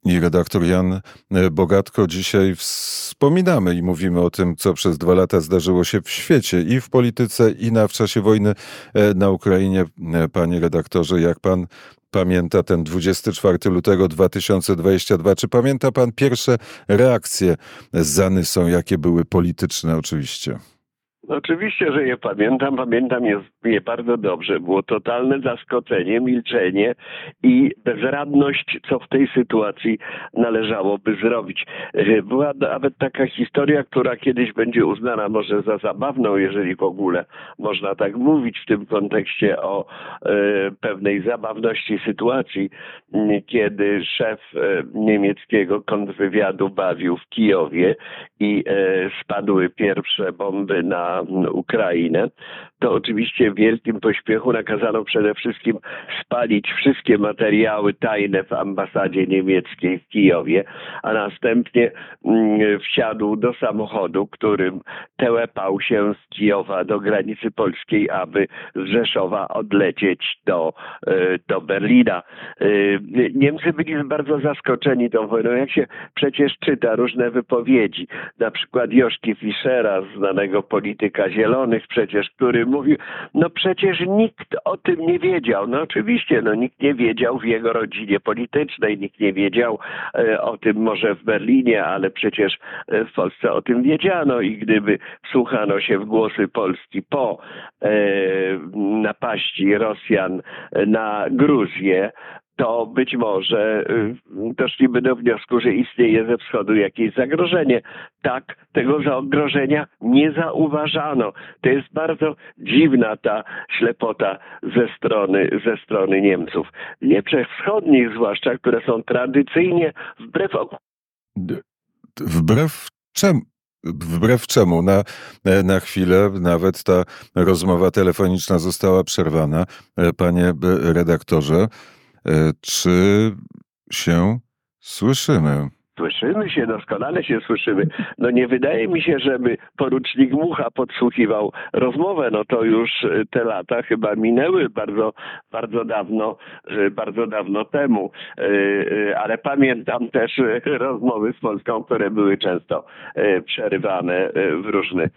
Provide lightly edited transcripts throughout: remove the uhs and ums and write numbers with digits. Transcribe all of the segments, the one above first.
i redaktor Jan Bogatko. Dzisiaj wspominamy i mówimy o tym, co przez 2 lata zdarzyło się w świecie i w polityce, i w czasie wojny na Ukrainie. Panie redaktorze, jak pan pamięta ten 24 lutego 2022? Czy pamięta pan pierwsze reakcje Zanysą, jakie były polityczne oczywiście? Oczywiście, że je pamiętam. Pamiętam je bardzo dobrze. Było totalne zaskoczenie, milczenie i bezradność, co w tej sytuacji należałoby zrobić. Była nawet taka historia, która kiedyś będzie uznana może za zabawną, jeżeli w ogóle można tak mówić w tym kontekście o pewnej zabawności sytuacji, kiedy szef niemieckiego kontrwywiadu bawił w Kijowie i spadły pierwsze bomby na Ukrainę, to oczywiście w wielkim pośpiechu nakazano przede wszystkim spalić wszystkie materiały tajne w ambasadzie niemieckiej w Kijowie, a następnie wsiadł do samochodu, którym telepał się z Kijowa do granicy polskiej, aby z Rzeszowa odlecieć do Berlina. Niemcy byli bardzo zaskoczeni tą wojną. Jak się przecież czyta różne wypowiedzi, na przykład Joszki Fischera, znanego polityka Zielonych przecież, który mówił, no przecież nikt o tym nie wiedział. No oczywiście, nikt nie wiedział w jego rodzinie politycznej, nikt nie wiedział o tym może w Berlinie, ale przecież w Polsce o tym wiedziano i gdyby wsłuchano się w głosy Polski po napaści Rosjan na Gruzję, to być może doszliby do wniosku, że istnieje ze wschodu jakieś zagrożenie. Tak, tego zagrożenia nie zauważano. To jest bardzo dziwna ta ślepota ze strony Niemców. Niemczech wschodnich zwłaszcza, które są tradycyjnie Wbrew czemu? Na chwilę nawet ta rozmowa telefoniczna została przerwana. Panie redaktorze, czy się słyszymy? Słyszymy się, doskonale się słyszymy. Nie wydaje mi się, żeby porucznik Mucha podsłuchiwał rozmowę. To już te lata chyba minęły bardzo dawno temu. Ale pamiętam też rozmowy z Polską, które były często przerywane w różne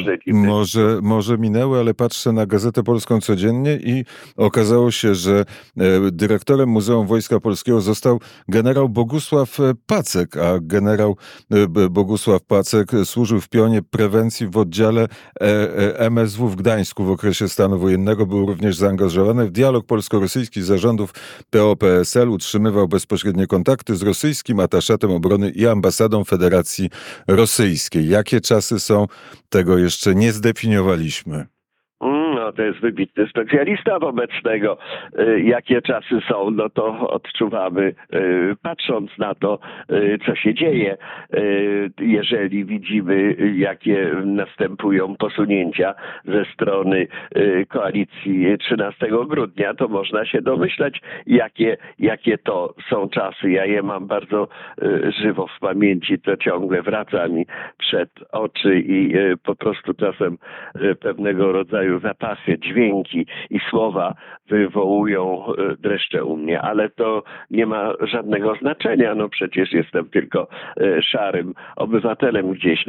może minęły, ale patrzę na Gazetę Polską codziennie i okazało się, że dyrektorem Muzeum Wojska Polskiego został generał Bogusław Pacek, a generał Bogusław Pacek służył w pionie prewencji w oddziale MSW w Gdańsku w okresie stanu wojennego. Był również zaangażowany w dialog polsko-rosyjski zarządów PO-PSL. Utrzymywał bezpośrednie kontakty z rosyjskim ataszetem obrony i ambasadą Federacji Rosyjskiej. Jakie czasy są? Tego jeszcze nie zdefiniowaliśmy. To jest wybitny specjalista wobec tego, jakie czasy są, to odczuwamy, patrząc na to, co się dzieje. Jeżeli widzimy, jakie następują posunięcia ze strony koalicji 13 grudnia, to można się domyślać, jakie to są czasy. Ja je mam bardzo żywo w pamięci, to ciągle wraca mi przed oczy i po prostu czasem pewnego rodzaju zapachy, dźwięki i słowa wywołują dreszcze u mnie, ale to nie ma żadnego znaczenia. Przecież jestem tylko szarym obywatelem gdzieś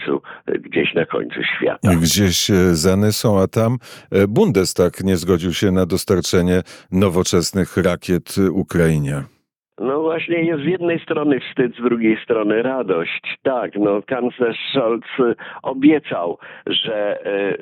na końcu świata. Gdzieś Zanysą, a tam Bundestag nie zgodził się na dostarczenie nowoczesnych rakiet Ukrainie. Właśnie jest z jednej strony wstyd, z drugiej strony radość. Tak, kanclerz Scholz obiecał, że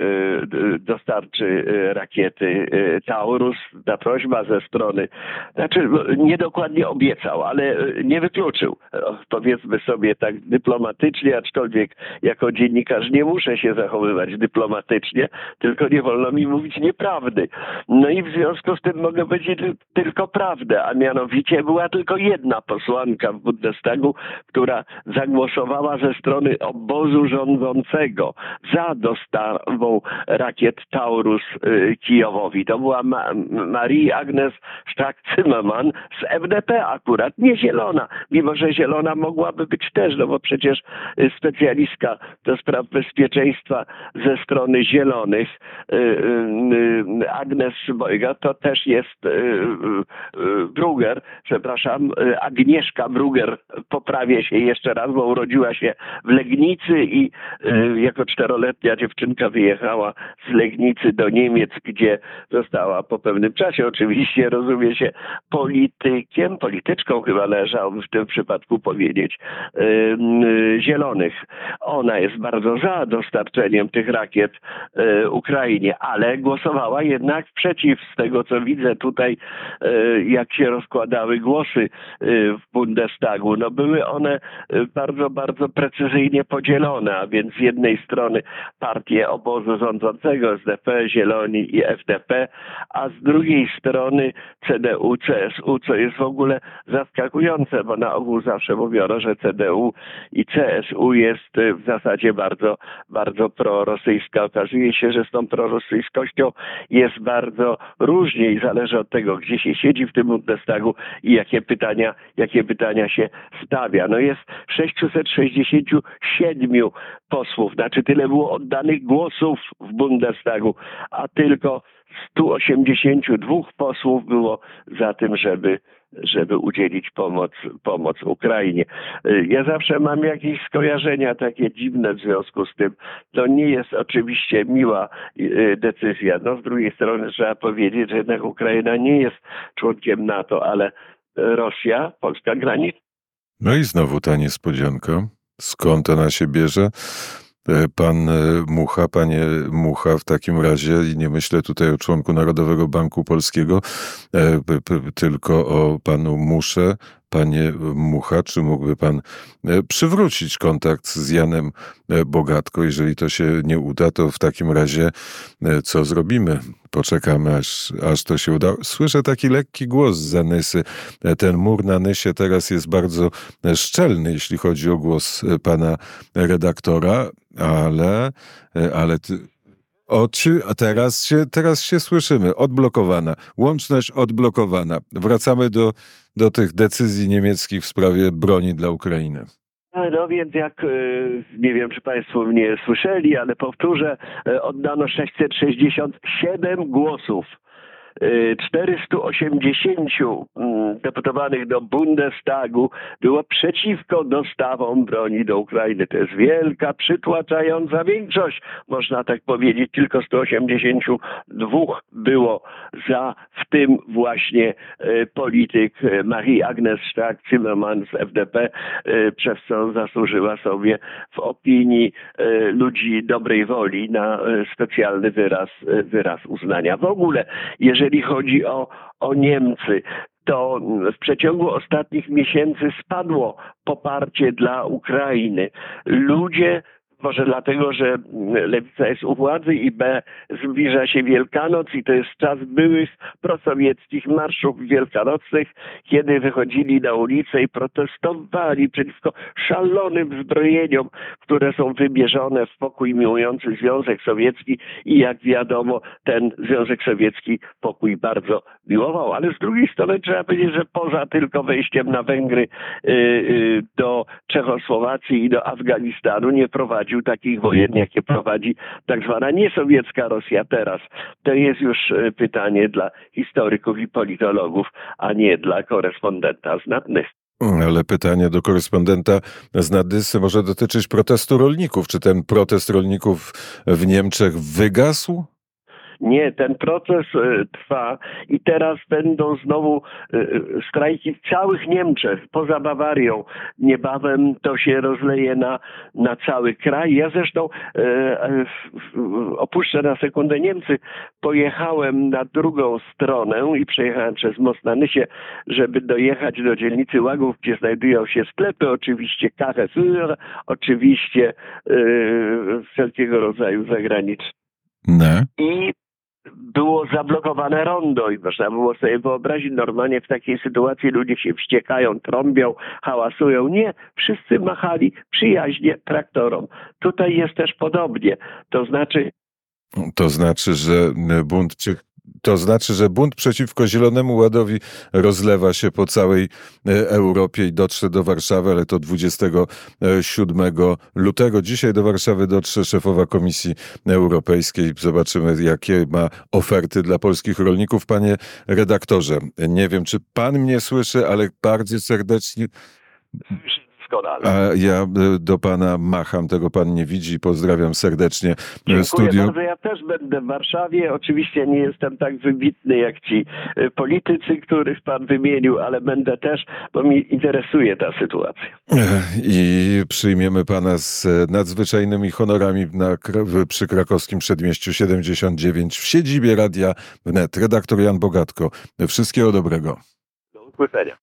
dostarczy rakiety Taurus. Ta prośba ze strony, niedokładnie obiecał, ale nie wykluczył. Powiedzmy sobie tak dyplomatycznie, aczkolwiek jako dziennikarz nie muszę się zachowywać dyplomatycznie, tylko nie wolno mi mówić nieprawdy. I w związku z tym mogę powiedzieć tylko prawdę, a mianowicie była tylko jedna posłanka w Bundestagu, która zagłosowała ze strony obozu rządzącego za dostawą rakiet Taurus Kijowowi. To była Marie-Agnes Strack-Zimmermann z FDP akurat, nie Zielona, mimo że Zielona mogłaby być też, bo przecież specjalistka do spraw bezpieczeństwa ze strony Zielonych, Agnes Szybojga, to też jest Brugger, przepraszam, przepraszam, Agnieszka Brugger, poprawię się jeszcze raz, bo urodziła się w Legnicy i jako 4-letnia dziewczynka wyjechała z Legnicy do Niemiec, gdzie została po pewnym czasie, oczywiście rozumie się, polityczką chyba należałoby w tym przypadku powiedzieć, Zielonych. Ona jest bardzo za dostarczeniem tych rakiet Ukrainie, ale głosowała jednak przeciw. Z tego co widzę tutaj, jak się rozkładały głosy w Bundestagu, no były one bardzo, bardzo precyzyjnie podzielone, a więc z jednej strony partie obozu rządzącego, SDP, Zieloni i FDP, a z drugiej strony CDU, CSU, co jest w ogóle zaskakujące, bo na ogół zawsze mówiono, że CDU i CSU jest w zasadzie bardzo, bardzo prorosyjska. Okazuje się, że z tą prorosyjskością jest bardzo różnie i zależy od tego, gdzie się siedzi w tym Bundestagu i jakie pytania się stawia. No jest 667 posłów, znaczy tyle było oddanych głosów w Bundestagu, a tylko 182 posłów było za tym, żeby udzielić pomoc Ukrainie. Ja zawsze mam jakieś skojarzenia takie dziwne w związku z tym. To nie jest oczywiście miła decyzja. No z drugiej strony trzeba powiedzieć, że jednak Ukraina nie jest członkiem NATO, ale Rosja, polska granica. No i znowu ta niespodzianka. Skąd ona się bierze? Pan Mucha, panie Mucha, w takim razie, i nie myślę tutaj o członku Narodowego Banku Polskiego, tylko o panu Musze. Panie Mucha, czy mógłby pan przywrócić kontakt z Janem Bogatko? Jeżeli to się nie uda, to w takim razie co zrobimy? Poczekamy, aż to się uda. Słyszę taki lekki głos z Zanysy. Ten mur na Nysie teraz jest bardzo szczelny, jeśli chodzi o głos pana redaktora, ale a teraz się słyszymy. Odblokowana. Łączność odblokowana. Wracamy do tych decyzji niemieckich w sprawie broni dla Ukrainy. No więc jak, nie wiem czy Państwo mnie słyszeli, ale powtórzę, oddano 667 głosów. 480 deputowanych do Bundestagu było przeciwko dostawom broni do Ukrainy. To jest wielka, przytłaczająca większość, można tak powiedzieć. Tylko 182 było za, w tym właśnie polityk Marie-Agnes Strack-Zimmermann z FDP, przez co zasłużyła sobie w opinii ludzi dobrej woli na specjalny wyraz uznania. W ogóle, jeżeli chodzi o Niemcy, to w przeciągu ostatnich miesięcy spadło poparcie dla Ukrainy. Ludzie, może dlatego, że lewica jest u władzy i zbliża się Wielkanoc i to jest czas byłych prosowieckich marszów wielkanocnych, kiedy wychodzili na ulicę i protestowali przeciwko szalonym zbrojeniom, które są wymierzone w pokój miłujący Związek Sowiecki i jak wiadomo, ten Związek Sowiecki pokój bardzo miłował, ale z drugiej strony trzeba powiedzieć, że poza tylko wejściem na Węgry do Czechosłowacji i do Afganistanu nie prowadził takich wojen, jakie prowadzi tak zwana niesowiecka Rosja teraz. To jest już pytanie dla historyków i politologów, a nie dla korespondenta z Nadnysy. Ale pytanie do korespondenta z Nadysy może dotyczyć protestu rolników. Czy ten protest rolników w Niemczech wygasł? Nie, ten proces trwa i teraz będą znowu strajki w całych Niemczech, poza Bawarią. Niebawem to się rozleje na cały kraj. Ja zresztą opuszczę na sekundę Niemcy. Pojechałem na drugą stronę i przejechałem przez most na Nysie, żeby dojechać do dzielnicy Łagów, gdzie znajdują się sklepy, oczywiście Carrefour, oczywiście wszelkiego rodzaju zagraniczne. I było zablokowane rondo i można było sobie wyobrazić, normalnie w takiej sytuacji ludzie się wściekają, trąbią, hałasują. Nie, wszyscy machali przyjaźnie traktorom. Tutaj jest też podobnie. To znaczy, że bunt To znaczy, że bunt przeciwko Zielonemu Ładowi rozlewa się po całej Europie i dotrze do Warszawy, ale to 27 lutego. Dzisiaj do Warszawy dotrze szefowa Komisji Europejskiej. Zobaczymy, jakie ma oferty dla polskich rolników. Panie redaktorze, nie wiem, czy pan mnie słyszy, ale bardzo serdecznie... Doskonale. A ja do pana macham, tego pan nie widzi. Pozdrawiam serdecznie. Dziękuję bardzo. Ja też będę w Warszawie. Oczywiście nie jestem tak wybitny jak ci politycy, których pan wymienił, ale będę też, bo mi interesuje ta sytuacja. I przyjmiemy pana z nadzwyczajnymi honorami przy krakowskim Przedmieściu 79 w siedzibie Radia Wnet. Redaktor Jan Bogatko. Wszystkiego dobrego. Do usłyszenia.